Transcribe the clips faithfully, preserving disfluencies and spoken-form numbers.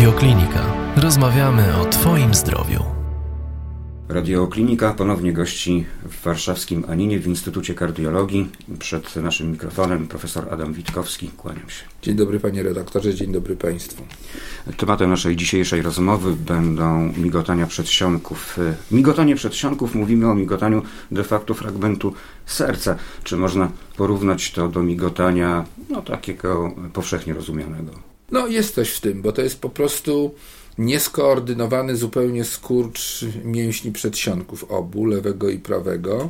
Radioklinika. Rozmawiamy o Twoim zdrowiu. Radioklinika ponownie gości w warszawskim Aninie w Instytucie Kardiologii. Przed naszym mikrofonem profesor Adam Witkowski. Kłaniam się. Dzień dobry panie redaktorze, dzień dobry państwu. Tematem naszej dzisiejszej rozmowy będą migotania przedsionków. Migotanie przedsionków, mówimy o migotaniu de facto fragmentu serca. Czy można porównać to do migotania no, takiego powszechnie rozumianego? No jest coś w tym, bo to jest po prostu nieskoordynowany zupełnie skurcz mięśni przedsionków obu, lewego i prawego,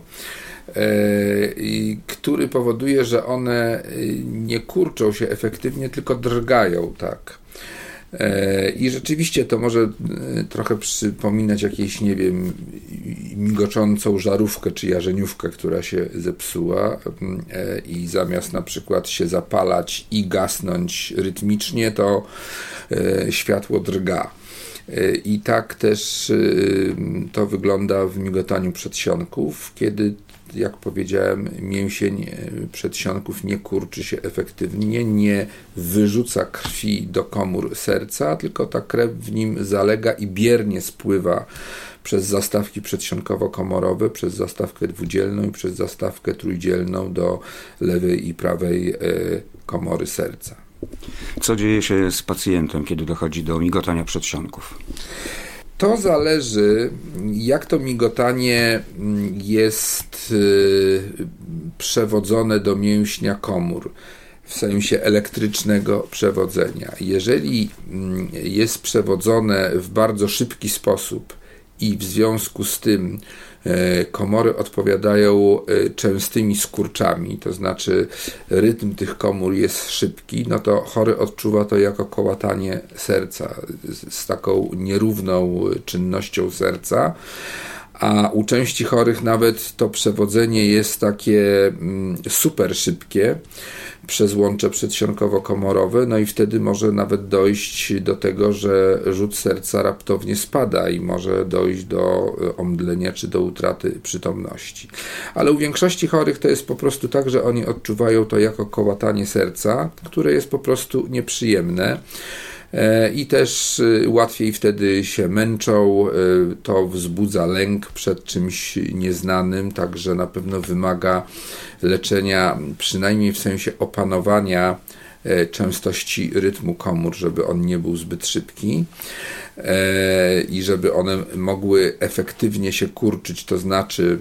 który powoduje, że one nie kurczą się efektywnie, tylko drgają tak. I rzeczywiście to może trochę przypominać jakieś, nie wiem, migoczącą żarówkę czy jarzeniówkę, która się zepsuła i zamiast na przykład się zapalać i gasnąć rytmicznie, to światło drga. I tak też to wygląda w migotaniu przedsionków, kiedy, jak powiedziałem, mięsień przedsionków nie kurczy się efektywnie, nie wyrzuca krwi do komór serca, tylko ta krew w nim zalega i biernie spływa przez zastawki przedsionkowo-komorowe, przez zastawkę dwudzielną i przez zastawkę trójdzielną do lewej i prawej komory serca. Co dzieje się z pacjentem, kiedy dochodzi do migotania przedsionków? To zależy, jak to migotanie jest przewodzone do mięśnia komór, w sensie elektrycznego przewodzenia. Jeżeli jest przewodzone w bardzo szybki sposób i w związku z tym komory odpowiadają częstymi skurczami, to znaczy rytm tych komór jest szybki, no to chory odczuwa to jako kołatanie serca z taką nierówną czynnością serca, a u części chorych nawet to przewodzenie jest takie super szybkie przez łącze przedsionkowo-komorowe, no i wtedy może nawet dojść do tego, że rzut serca raptownie spada i może dojść do omdlenia czy do utraty przytomności. Ale u większości chorych to jest po prostu tak, że oni odczuwają to jako kołatanie serca, które jest po prostu nieprzyjemne. I też łatwiej wtedy się męczą, to wzbudza lęk przed czymś nieznanym, także na pewno wymaga leczenia, przynajmniej w sensie opanowania częstości rytmu komór, żeby on nie był zbyt szybki i żeby one mogły efektywnie się kurczyć, to znaczy,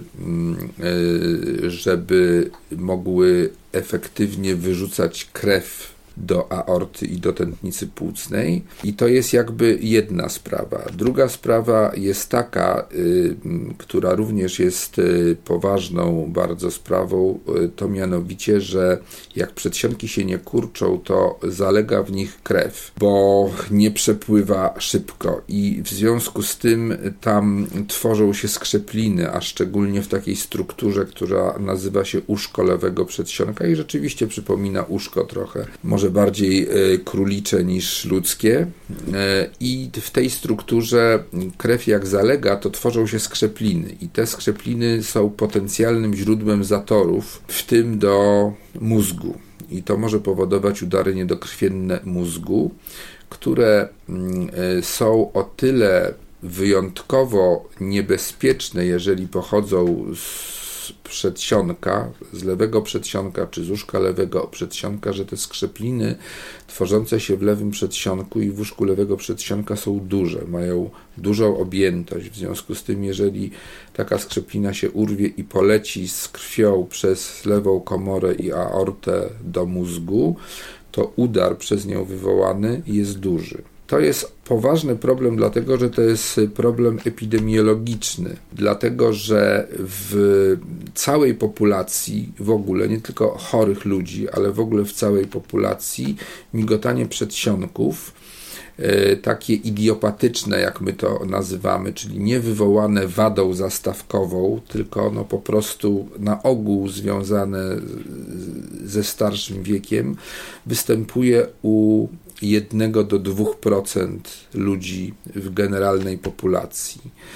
żeby mogły efektywnie wyrzucać krew do aorty i do tętnicy płucnej. I to jest jakby jedna sprawa. Druga sprawa jest taka, y, która również jest y, poważną bardzo sprawą, y, to mianowicie, że jak przedsionki się nie kurczą, to zalega w nich krew, bo nie przepływa szybko i w związku z tym tam tworzą się skrzepliny, a szczególnie w takiej strukturze, która nazywa się uszko lewego przedsionka i rzeczywiście przypomina uszko trochę. Może bardziej królicze niż ludzkie i w tej strukturze krew jak zalega, to tworzą się skrzepliny i te skrzepliny są potencjalnym źródłem zatorów, w tym do mózgu i to może powodować udary niedokrwienne mózgu, które są o tyle wyjątkowo niebezpieczne, jeżeli pochodzą z przedsionka, z lewego przedsionka czy z uszka lewego przedsionka, że te skrzepliny tworzące się w lewym przedsionku i w uszku lewego przedsionka są duże, mają dużą objętość. W związku z tym, jeżeli taka skrzeplina się urwie i poleci z krwią przez lewą komorę i aortę do mózgu, to udar przez nią wywołany jest duży. To jest poważny problem, dlatego że to jest problem epidemiologiczny, dlatego że w całej populacji w ogóle, nie tylko chorych ludzi, ale w ogóle w całej populacji migotanie przedsionków, takie idiopatyczne, jak my to nazywamy, czyli nie wywołane wadą zastawkową, tylko no po prostu na ogół związane ze starszym wiekiem, występuje u jednego do dwóch procent ludzi w generalnej populacji.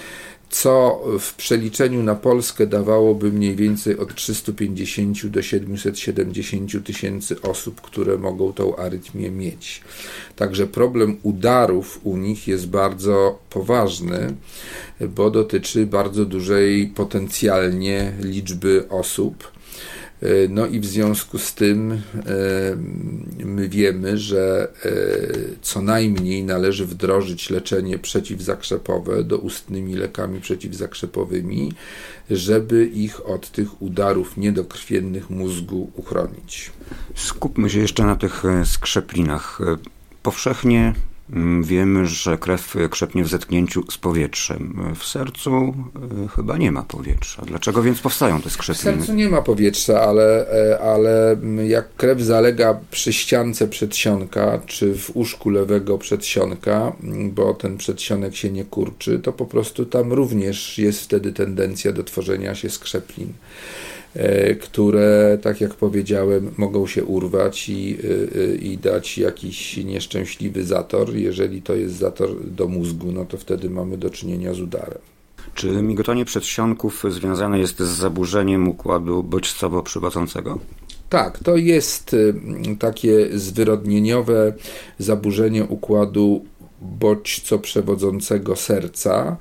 co w przeliczeniu na Polskę dawałoby mniej więcej od trzysta pięćdziesiąt do siedemset siedemdziesiąt tysięcy osób, które mogą tą arytmię mieć. Także problem udarów u nich jest bardzo poważny, bo dotyczy bardzo dużej potencjalnie liczby osób. No i w związku z tym my wiemy, że co najmniej należy wdrożyć leczenie przeciwzakrzepowe doustnymi lekami przeciwzakrzepowymi, żeby ich od tych udarów niedokrwiennych mózgu uchronić. Skupmy się jeszcze na tych skrzeplinach. Powszechnie wiemy, że krew krzepnie w zetknięciu z powietrzem. W sercu chyba nie ma powietrza. Dlaczego więc powstają te skrzepliny? W sercu nie ma powietrza, ale, ale jak krew zalega przy ściance przedsionka, czy w uszku lewego przedsionka, bo ten przedsionek się nie kurczy, to po prostu tam również jest wtedy tendencja do tworzenia się skrzeplin, które, tak jak powiedziałem, mogą się urwać i, i dać jakiś nieszczęśliwy zator. Jeżeli to jest zator do mózgu, no to wtedy mamy do czynienia z udarem. Czy migotanie przedsionków związane jest z zaburzeniem układu bodźcowo-przywodzącego? Tak, to jest takie zwyrodnieniowe zaburzenie układu bodźco-przewodzącego serca.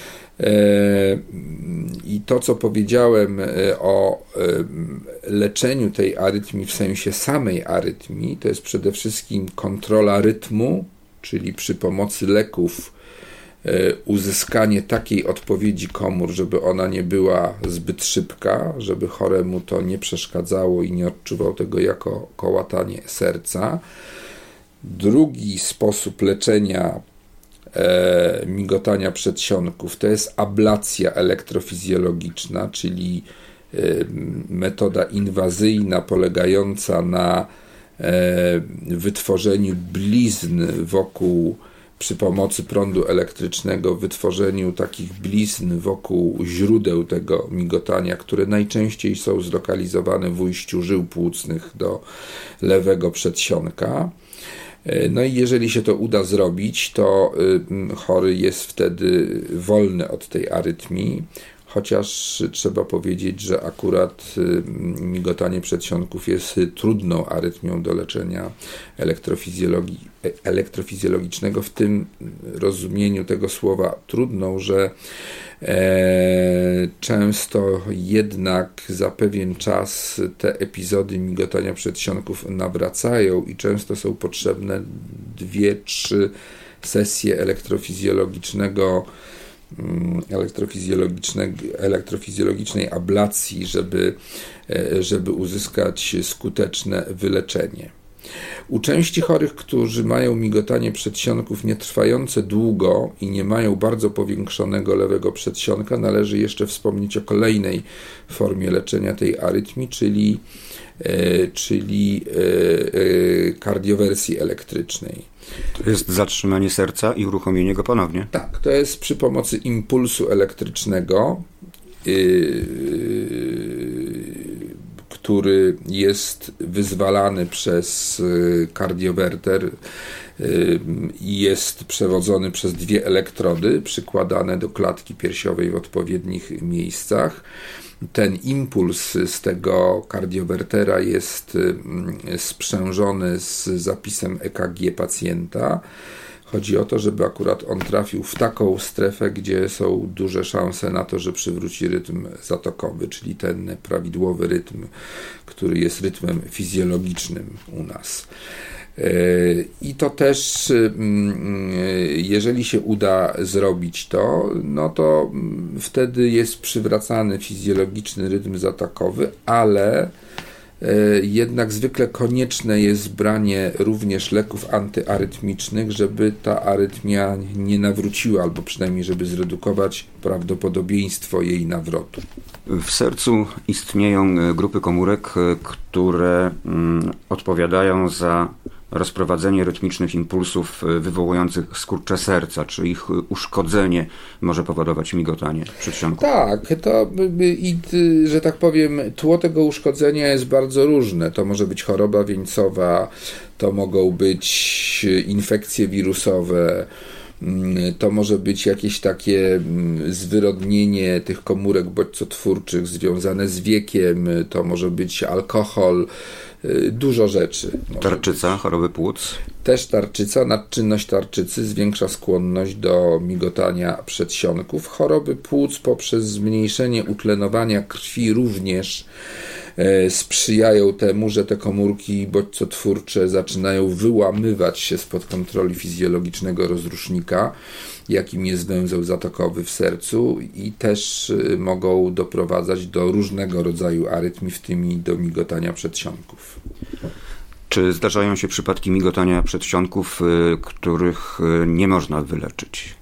I to, co powiedziałem o leczeniu tej arytmii w sensie samej arytmii, to jest przede wszystkim kontrola rytmu, czyli przy pomocy leków uzyskanie takiej odpowiedzi komór, żeby ona nie była zbyt szybka, żeby choremu to nie przeszkadzało i nie odczuwał tego jako kołatanie serca. Drugi sposób leczenia E, migotania przedsionków to jest ablacja elektrofizjologiczna, czyli e, metoda inwazyjna polegająca na e, wytworzeniu blizn wokół, przy pomocy prądu elektrycznego, wytworzeniu takich blizn wokół źródeł tego migotania, które najczęściej są zlokalizowane w ujściu żył płucnych do lewego przedsionka. No i jeżeli się to uda zrobić, to chory jest wtedy wolny od tej arytmii, chociaż trzeba powiedzieć, że akurat migotanie przedsionków jest trudną arytmią do leczenia elektrofizjologii, elektrofizjologicznego, w tym rozumieniu tego słowa trudną, że e, często jednak za pewien czas te epizody migotania przedsionków nawracają i często są potrzebne dwie, trzy sesje elektrofizjologicznego elektrofizjologicznej ablacji, żeby, żeby uzyskać skuteczne wyleczenie. U części chorych, którzy mają migotanie przedsionków nietrwające długo i nie mają bardzo powiększonego lewego przedsionka, należy jeszcze wspomnieć o kolejnej formie leczenia tej arytmii, czyli, czyli kardiowersji elektrycznej. To jest zatrzymanie serca i uruchomienie go ponownie? Tak, to jest przy pomocy impulsu elektrycznego, yy, który jest wyzwalany przez kardiowerter i yy, jest przewodzony przez dwie elektrody przykładane do klatki piersiowej w odpowiednich miejscach. Ten impuls z tego kardiowertera jest sprzężony z zapisem E K G pacjenta. Chodzi o to, żeby akurat on trafił w taką strefę, gdzie są duże szanse na to, że przywróci rytm zatokowy, czyli ten prawidłowy rytm, który jest rytmem fizjologicznym u nas. I to też, jeżeli się uda zrobić to, no to wtedy jest przywracany fizjologiczny rytm zatokowy, ale jednak zwykle konieczne jest branie również leków antyarytmicznych, żeby ta arytmia nie nawróciła, albo przynajmniej żeby zredukować prawdopodobieństwo jej nawrotu. W sercu istnieją grupy komórek, które odpowiadają za rozprowadzenie rytmicznych impulsów wywołujących skurcze serca, czy ich uszkodzenie może powodować migotanie przedsionków? Tak, to i, że tak powiem, tło tego uszkodzenia jest bardzo różne. To może być choroba wieńcowa, to mogą być infekcje wirusowe, to może być jakieś takie zwyrodnienie tych komórek bodźcotwórczych związane z wiekiem, to może być alkohol, dużo rzeczy. Tarczyca, choroby płuc? Też tarczyca, nadczynność tarczycy zwiększa skłonność do migotania przedsionków. Choroby płuc poprzez zmniejszenie utlenowania krwi również sprzyjają temu, że te komórki bodźcotwórcze zaczynają wyłamywać się spod kontroli fizjologicznego rozrusznika, jakim jest węzeł zatokowy w sercu, i też mogą doprowadzać do różnego rodzaju arytmii, w tym i do migotania przedsionków. Czy zdarzają się przypadki migotania przedsionków, których nie można wyleczyć?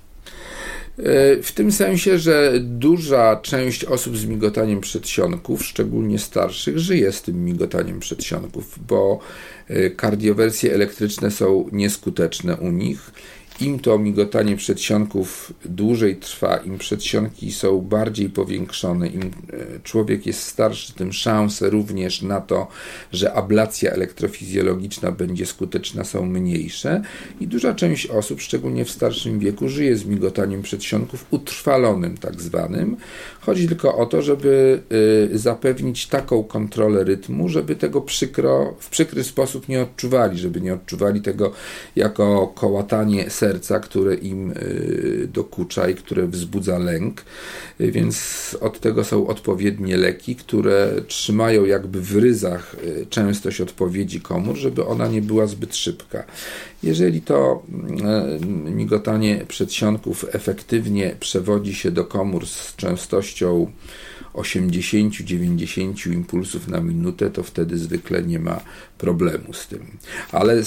W tym sensie, że duża część osób z migotaniem przedsionków, szczególnie starszych, żyje z tym migotaniem przedsionków, bo kardiowersje elektryczne są nieskuteczne u nich. Im to migotanie przedsionków dłużej trwa, im przedsionki są bardziej powiększone, im człowiek jest starszy, tym szanse również na to, że ablacja elektrofizjologiczna będzie skuteczna, są mniejsze i duża część osób, szczególnie w starszym wieku, żyje z migotaniem przedsionków utrwalonym tak zwanym. Chodzi tylko o to, żeby zapewnić taką kontrolę rytmu, żeby tego przykro, w przykry sposób nie odczuwali, żeby nie odczuwali tego jako kołatanie serca, serca, które im dokucza i które wzbudza lęk, więc od tego są odpowiednie leki, które trzymają jakby w ryzach częstość odpowiedzi komór, żeby ona nie była zbyt szybka. Jeżeli to migotanie przedsionków efektywnie przewodzi się do komór z częstością osiemdziesiąt do dziewięćdziesięciu impulsów na minutę, to wtedy zwykle nie ma problemu z tym. Ale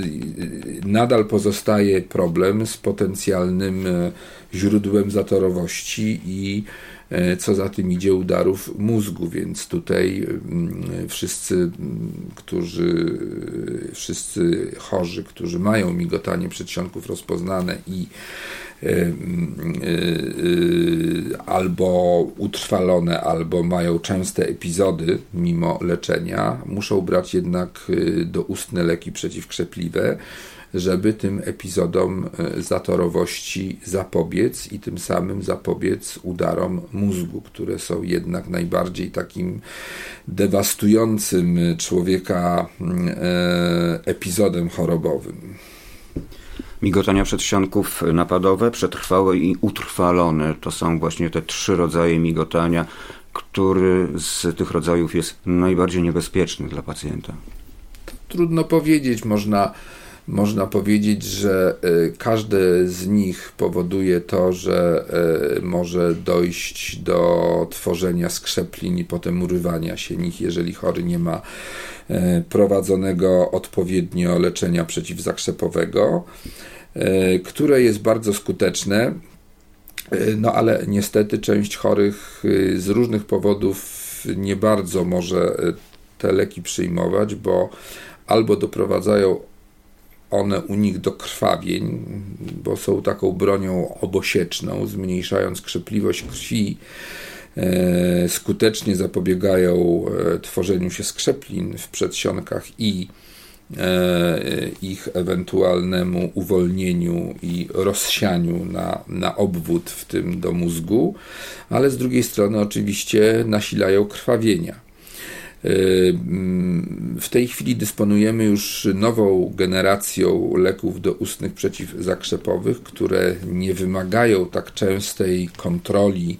nadal pozostaje problem z potencjalnym źródłem zatorowości i co za tym idzie udarów mózgu, więc tutaj wszyscy, którzy, wszyscy chorzy, którzy mają migotanie przedsionków rozpoznane i albo utrwalone, albo mają częste epizody mimo leczenia, muszą brać jednak doustne leki przeciwkrzepliwe, żeby tym epizodom zatorowości zapobiec i tym samym zapobiec udarom mózgu, które są jednak najbardziej takim dewastującym człowieka epizodem chorobowym. Migotania przedsionków napadowe, przetrwałe i utrwalone to są właśnie te trzy rodzaje migotania. Który z tych rodzajów jest najbardziej niebezpieczny dla pacjenta? Trudno powiedzieć. Można, można powiedzieć, że każdy z nich powoduje to, że może dojść do tworzenia skrzeplin i potem urywania się nich, jeżeli chory nie ma prowadzonego odpowiednio leczenia przeciwzakrzepowego, które jest bardzo skuteczne, no ale niestety część chorych z różnych powodów nie bardzo może te leki przyjmować, bo albo doprowadzają one u nich do krwawień, bo są taką bronią obosieczną, zmniejszając krzepliwość krwi, skutecznie zapobiegają tworzeniu się skrzeplin w przedsionkach i ich ewentualnemu uwolnieniu i rozsianiu na, na obwód, w tym do mózgu, ale z drugiej strony oczywiście nasilają krwawienia. W tej chwili dysponujemy już nową generacją leków doustnych przeciwzakrzepowych, które nie wymagają tak częstej kontroli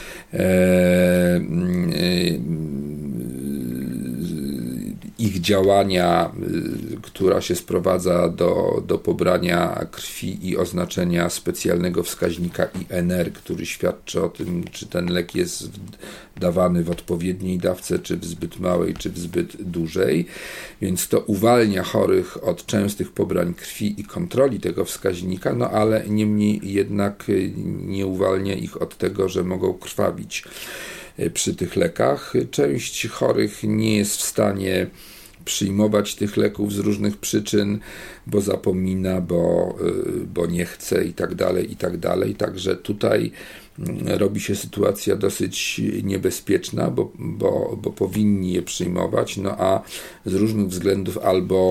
ich działania, która się sprowadza do, do pobrania krwi i oznaczenia specjalnego wskaźnika I N R, który świadczy o tym, czy ten lek jest dawany w odpowiedniej dawce, czy w zbyt małej, czy w zbyt dużej. Więc to uwalnia chorych od częstych pobrań krwi i kontroli tego wskaźnika, no ale niemniej jednak nie uwalnia ich od tego, że mogą krwawić przy tych lekach. Część chorych nie jest w stanie przyjmować tych leków z różnych przyczyn, bo zapomina, bo, bo nie chce i tak dalej, i tak dalej. Także tutaj robi się sytuacja dosyć niebezpieczna, bo, bo, bo powinni je przyjmować, no a z różnych względów albo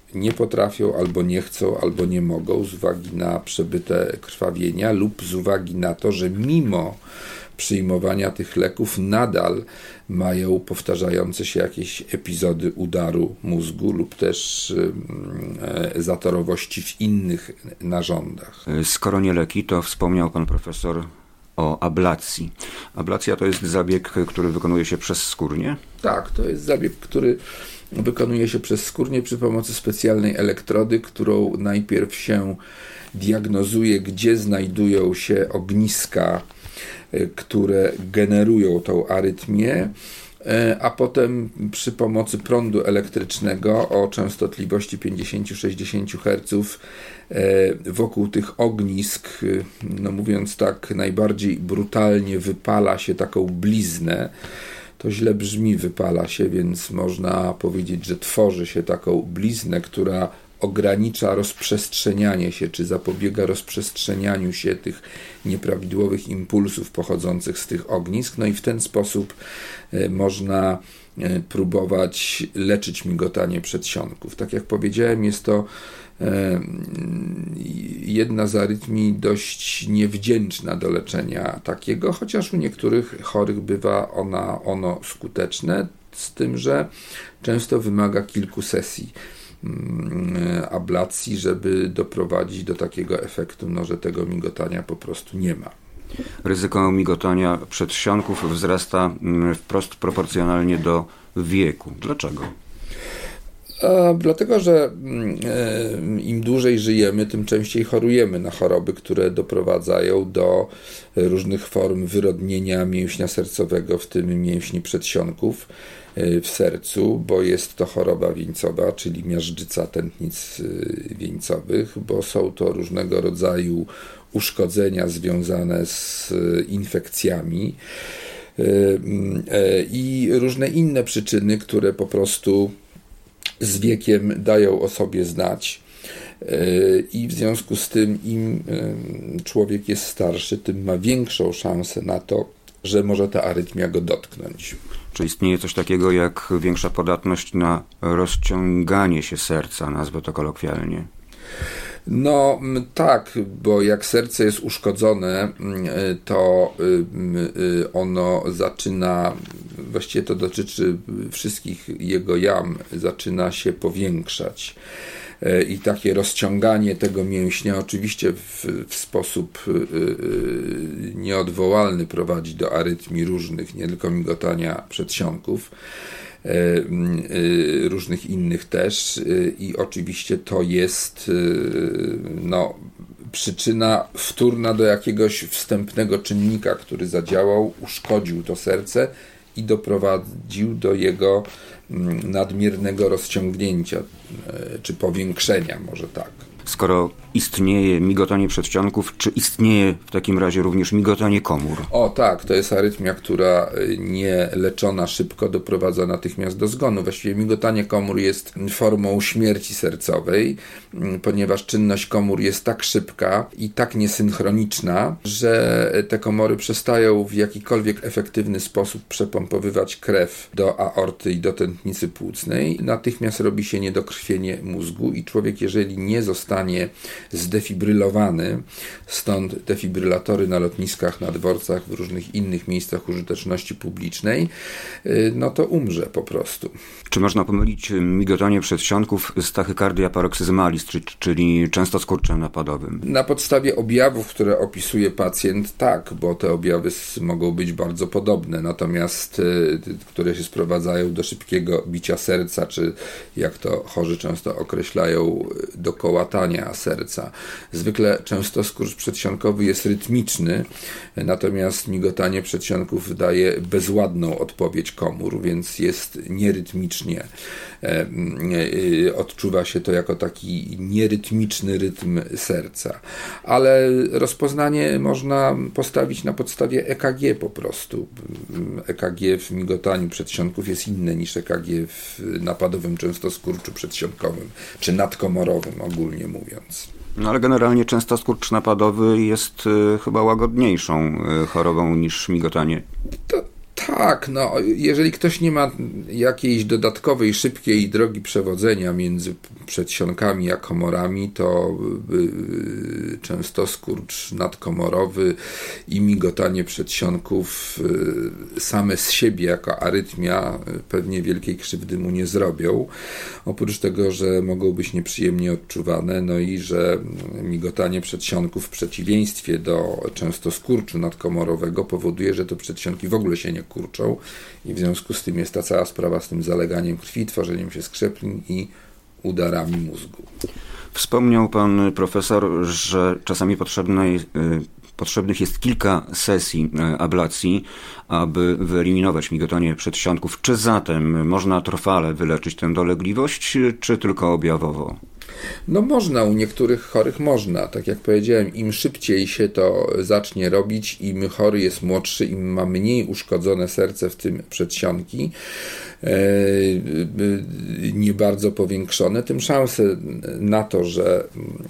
nie potrafią, albo nie chcą, albo nie mogą z uwagi na przebyte krwawienia lub z uwagi na to, że mimo przyjmowania tych leków nadal mają powtarzające się jakieś epizody udaru mózgu lub też e, zatorowości w innych narządach. Skoro nie leki, to wspomniał pan profesor o ablacji. Ablacja to jest zabieg, który wykonuje się przezskórnie? Tak, to jest zabieg, który wykonuje się przezskórnie przy pomocy specjalnej elektrody, którą najpierw się diagnozuje, gdzie znajdują się ogniska, które generują tą arytmię, a potem przy pomocy prądu elektrycznego o częstotliwości pięćdziesiąt do sześćdziesięciu herców wokół tych ognisk, no mówiąc tak najbardziej brutalnie, wypala się taką bliznę. To źle brzmi, wypala się, więc można powiedzieć, że tworzy się taką bliznę, która ogranicza rozprzestrzenianie się, czy zapobiega rozprzestrzenianiu się tych nieprawidłowych impulsów pochodzących z tych ognisk. No i w ten sposób można próbować leczyć migotanie przedsionków. Tak jak powiedziałem, jest to jedna z arytmii dość niewdzięczna do leczenia takiego, chociaż u niektórych chorych bywa ona, ono skuteczne, z tym, że często wymaga kilku sesji ablacji, żeby doprowadzić do takiego efektu, no, że tego migotania po prostu nie ma. Ryzyko migotania przedsionków wzrasta wprost proporcjonalnie do wieku. Dlaczego? A dlatego, że im dłużej żyjemy, tym częściej chorujemy na choroby, które doprowadzają do różnych form wyrodnienia mięśnia sercowego, w tym mięśni przedsionków w sercu, bo jest to choroba wieńcowa, czyli miażdżyca tętnic wieńcowych, bo są to różnego rodzaju uszkodzenia związane z infekcjami i różne inne przyczyny, które po prostu z wiekiem dają o sobie znać. I w związku z tym, im człowiek jest starszy, tym ma większą szansę na to, że może ta arytmia go dotknąć. Czy istnieje coś takiego jak większa podatność na rozciąganie się serca, nazwę to kolokwialnie? No tak, bo jak serce jest uszkodzone, to ono zaczyna, właściwie to dotyczy wszystkich jego jam, zaczyna się powiększać. I takie rozciąganie tego mięśnia oczywiście w, w sposób nieodwołalny prowadzi do arytmii różnych, nie tylko migotania przedsionków, różnych innych też, i oczywiście to jest no, przyczyna wtórna do jakiegoś wstępnego czynnika, który zadziałał, uszkodził to serce i doprowadził do jego nadmiernego rozciągnięcia, czy powiększenia, może tak. Skoro istnieje migotanie przedsionków, czy istnieje w takim razie również migotanie komór? O tak, to jest arytmia, która nie leczona szybko doprowadza natychmiast do zgonu. Właściwie migotanie komór jest formą śmierci sercowej, ponieważ czynność komór jest tak szybka i tak niesynchroniczna, że te komory przestają w jakikolwiek efektywny sposób przepompowywać krew do aorty i do tętnicy płucnej. Natychmiast robi się niedokrwienie mózgu i człowiek, jeżeli nie zostanie zdefibrylowany, stąd defibrylatory na lotniskach, na dworcach, w różnych innych miejscach użyteczności publicznej, no to umrze po prostu. Czy można pomylić migotanie przedsionków z tachycardia paroxysmalis, czyli często skurczem napadowym? Na podstawie objawów, które opisuje pacjent, tak, bo te objawy mogą być bardzo podobne, natomiast które się sprowadzają do szybkiego bicia serca, czy jak to chorzy często określają, do kołatania serca. Zwykle często skurcz przedsionkowy jest rytmiczny, natomiast migotanie przedsionków daje bezładną odpowiedź komór, więc jest nierytmicznie. Odczuwa się to jako taki nierytmiczny rytm serca. Ale rozpoznanie można postawić na podstawie E K G po prostu. E K G w migotaniu przedsionków jest inne niż E K G w napadowym często skurczu przedsionkowym, czy nadkomorowym ogólnie mówiąc. No ale generalnie często skurcz napadowy jest y, chyba łagodniejszą y, chorobą niż migotanie. To Tak, no jeżeli ktoś nie ma jakiejś dodatkowej, szybkiej drogi przewodzenia między przedsionkami a komorami, to y, często skurcz nadkomorowy i migotanie przedsionków y, same z siebie jako arytmia pewnie wielkiej krzywdy mu nie zrobią. Oprócz tego, że mogą być nieprzyjemnie odczuwane, no i że migotanie przedsionków w przeciwieństwie do często skurczu nadkomorowego powoduje, że to przedsionki w ogóle się nie kurczą i w związku z tym jest ta cała sprawa z tym zaleganiem krwi, tworzeniem się skrzeplin i udarami mózgu. Wspomniał pan profesor, że czasami potrzebnej, potrzebnych jest kilka sesji ablacji, aby wyeliminować migotanie przedsionków. Czy zatem można trwale wyleczyć tę dolegliwość, czy tylko objawowo? No można, u niektórych chorych można. Tak jak powiedziałem, im szybciej się to zacznie robić, im chory jest młodszy, im ma mniej uszkodzone serce, w tym przedsionki, nie bardzo powiększone, tym szanse na to, że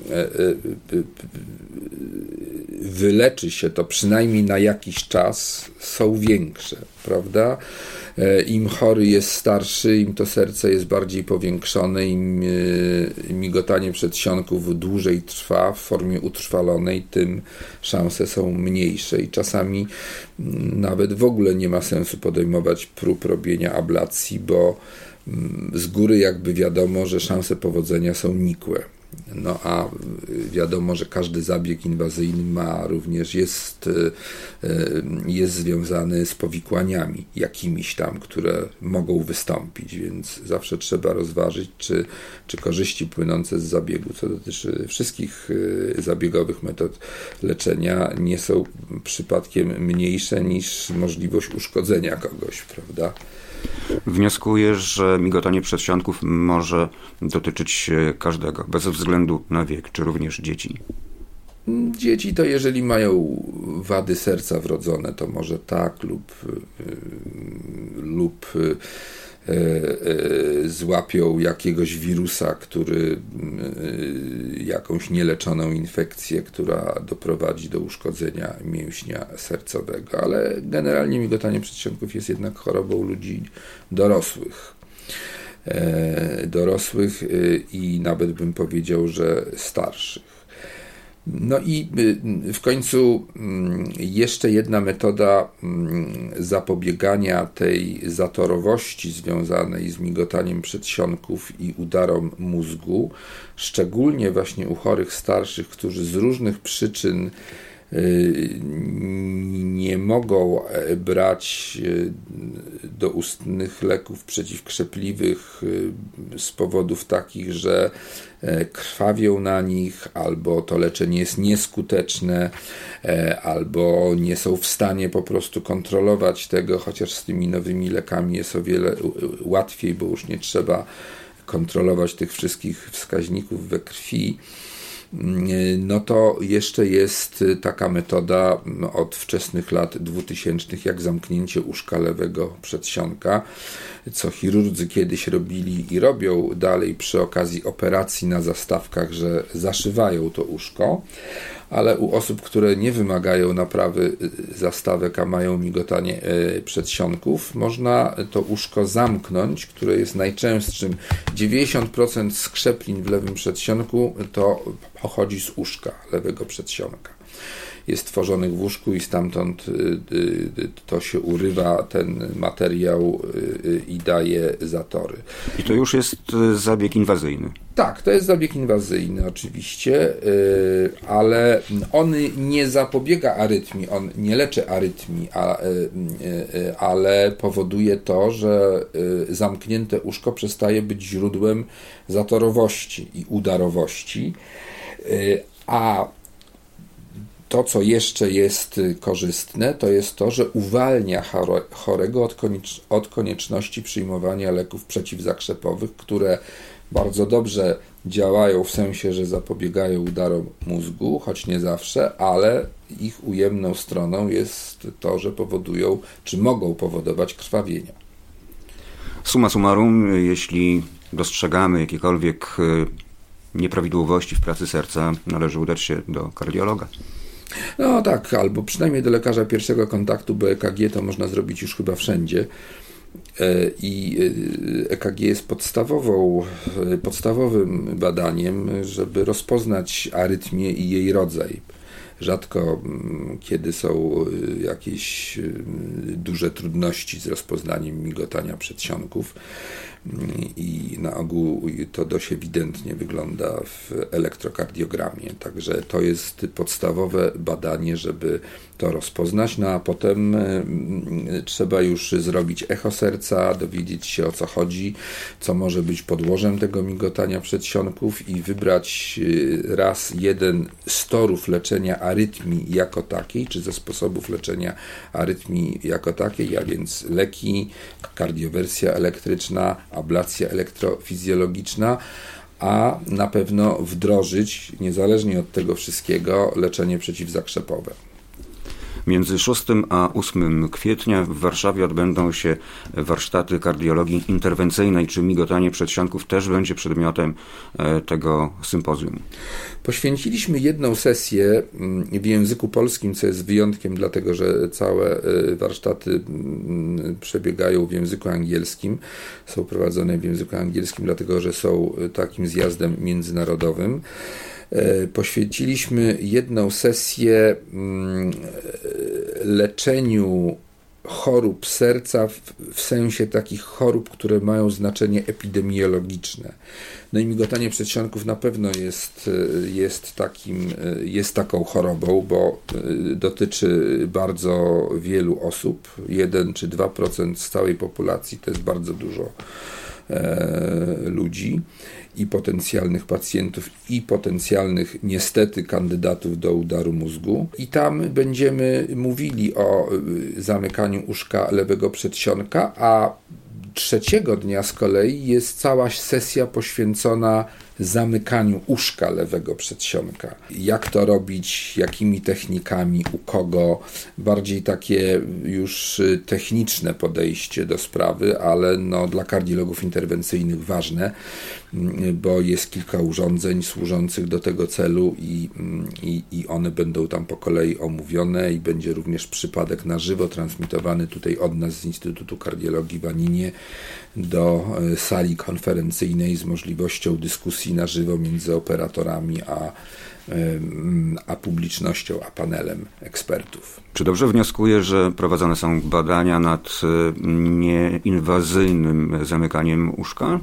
wyleczy się to przynajmniej na jakiś czas, są większe, prawda? Im chory jest starszy, im to serce jest bardziej powiększone, im migotanie przedsionków dłużej trwa w formie utrwalonej, tym szanse są mniejsze i czasami nawet w ogóle nie ma sensu podejmować prób robienia ablacji, bo z góry jakby wiadomo, że szanse powodzenia są nikłe. No a wiadomo, że każdy zabieg inwazyjny ma również, jest, jest związany z powikłaniami jakimiś tam, które mogą wystąpić, więc zawsze trzeba rozważyć, czy, czy korzyści płynące z zabiegu, co dotyczy wszystkich zabiegowych metod leczenia, nie są przypadkiem mniejsze niż możliwość uszkodzenia kogoś, prawda? Wnioskuję, że migotanie przedsionków może dotyczyć każdego, bez względu na wiek, czy również dzieci. Dzieci to jeżeli mają wady serca wrodzone, to może tak, lub, lub złapią jakiegoś wirusa, który jakąś nieleczoną infekcję, która doprowadzi do uszkodzenia mięśnia sercowego, ale generalnie migotanie przedsionków jest jednak chorobą ludzi dorosłych. Dorosłych i nawet bym powiedział, że starszych. No i w końcu jeszcze jedna metoda zapobiegania tej zatorowości związanej z migotaniem przedsionków i udarom mózgu, szczególnie właśnie u chorych starszych, którzy z różnych przyczyn nie mogą brać doustnych leków przeciwkrzepliwych z powodów takich, że krwawią na nich, albo to leczenie jest nieskuteczne, albo nie są w stanie po prostu kontrolować tego, chociaż z tymi nowymi lekami jest o wiele łatwiej, bo już nie trzeba kontrolować tych wszystkich wskaźników we krwi. No to jeszcze jest taka metoda od wczesnych lat dwutysięcznych, jak zamknięcie uszka lewego przedsionka, co chirurdzy kiedyś robili i robią dalej przy okazji operacji na zastawkach, że zaszywają to uszko, ale u osób, które nie wymagają naprawy zastawek, a mają migotanie przedsionków, można to uszko zamknąć, które jest najczęstszym. dziewięćdziesiąt procent skrzeplin w lewym przedsionku to pochodzi z uszka lewego przedsionka. Jest tworzonych w łóżku i stamtąd to się urywa, ten materiał i daje zatory. I to już jest zabieg inwazyjny. Tak, to jest zabieg inwazyjny oczywiście, ale on nie zapobiega arytmii, on nie leczy arytmii, ale powoduje to, że zamknięte uszko przestaje być źródłem zatorowości i udarowości, a to, co jeszcze jest korzystne, to jest to, że uwalnia chorego od, koniecz- od konieczności przyjmowania leków przeciwzakrzepowych, które bardzo dobrze działają w sensie, że zapobiegają udarom mózgu, choć nie zawsze, ale ich ujemną stroną jest to, że powodują, czy mogą powodować krwawienia. Summa summarum, jeśli dostrzegamy jakiekolwiek nieprawidłowości w pracy serca, należy udać się do kardiologa. No tak, albo przynajmniej do lekarza pierwszego kontaktu, bo E K G to można zrobić już chyba wszędzie. I E K G jest podstawową, podstawowym badaniem, żeby rozpoznać arytmię i jej rodzaj. Rzadko kiedy są jakieś duże trudności z rozpoznaniem migotania przedsionków i na ogół to dość ewidentnie wygląda w elektrokardiogramie. Także to jest podstawowe badanie, żeby to rozpoznać, no a potem trzeba już zrobić echo serca, dowiedzieć się, o co chodzi, co może być podłożem tego migotania przedsionków i wybrać raz jeden z torów leczenia arytmii jako takiej, czy ze sposobów leczenia arytmii jako takiej, a więc leki, kardiowersja elektryczna, ablacja elektrofizjologiczna, a na pewno wdrożyć, niezależnie od tego wszystkiego, leczenie przeciwzakrzepowe. Między szóstego a ósmego kwietnia w Warszawie odbędą się warsztaty kardiologii interwencyjnej. Czy migotanie przedsionków też będzie przedmiotem tego sympozjum? Poświęciliśmy jedną sesję w języku polskim, co jest wyjątkiem, dlatego że całe warsztaty przebiegają w języku angielskim. Są prowadzone w języku angielskim, dlatego że są takim zjazdem międzynarodowym. Poświęciliśmy jedną sesję leczeniu chorób serca w, w sensie takich chorób, które mają znaczenie epidemiologiczne. No i migotanie przedsionków na pewno jest, jest, takim, jest taką chorobą, bo dotyczy bardzo wielu osób. jeden czy dwa procent z całej populacji to jest bardzo dużo e, ludzi i potencjalnych pacjentów, i potencjalnych niestety kandydatów do udaru mózgu. I tam będziemy mówili o zamykaniu uszka lewego przedsionka, a trzeciego dnia z kolei jest cała sesja poświęcona zamykaniu uszka lewego przedsionka. Jak to robić, jakimi technikami, u kogo, bardziej takie już techniczne podejście do sprawy, ale no dla kardiologów interwencyjnych ważne, bo jest kilka urządzeń służących do tego celu i, i, i one będą tam po kolei omówione i będzie również przypadek na żywo transmitowany tutaj od nas z Instytutu Kardiologii w Aninie do sali konferencyjnej z możliwością dyskusji na żywo między operatorami a, a publicznością, a panelem ekspertów. Czy dobrze wnioskuję, że prowadzone są badania nad nieinwazyjnym zamykaniem uszka?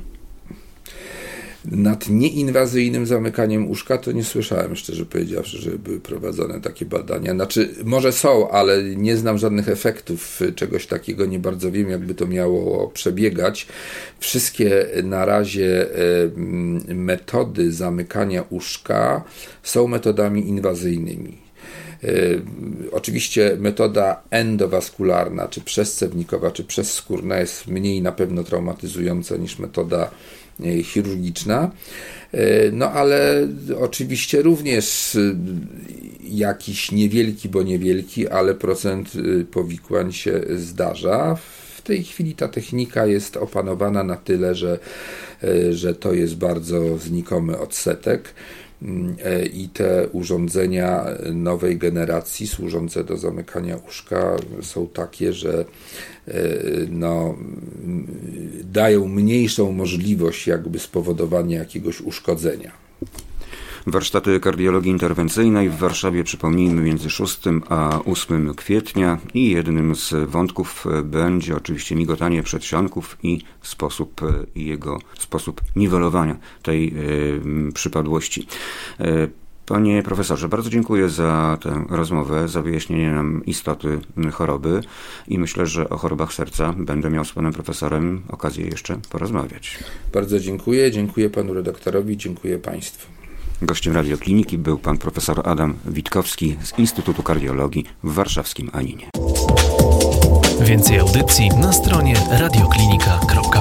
Nad nieinwazyjnym zamykaniem uszka to nie słyszałem, szczerze powiedziawszy, że były prowadzone takie badania. Znaczy, może są, ale nie znam żadnych efektów czegoś takiego, nie bardzo wiem, jakby to miało przebiegać. Wszystkie na razie metody zamykania uszka są metodami inwazyjnymi. Oczywiście metoda endowaskularna, czy przezcewnikowa, czy przezskórna jest mniej na pewno traumatyzująca niż metoda chirurgiczna, no ale oczywiście również jakiś niewielki, bo niewielki, ale procent powikłań się zdarza. W tej chwili ta technika jest opanowana na tyle, że, że to jest bardzo znikomy odsetek. I te urządzenia nowej generacji służące do zamykania uszka są takie, że no, dają mniejszą możliwość jakby spowodowania jakiegoś uszkodzenia. Warsztaty kardiologii interwencyjnej w Warszawie, przypomnijmy, między szóstego a ósmego kwietnia i jednym z wątków będzie oczywiście migotanie przedsionków i sposób jego, sposób niwelowania tej y, przypadłości. Y, Panie profesorze, bardzo dziękuję za tę rozmowę, za wyjaśnienie nam istoty choroby i myślę, że o chorobach serca będę miał z panem profesorem okazję jeszcze porozmawiać. Bardzo dziękuję, dziękuję panu redaktorowi, dziękuję państwu. Gościem Radiokliniki był pan profesor Adam Witkowski z Instytutu Kardiologii w warszawskim Aninie. Więcej audycji na stronie radioklinika kropka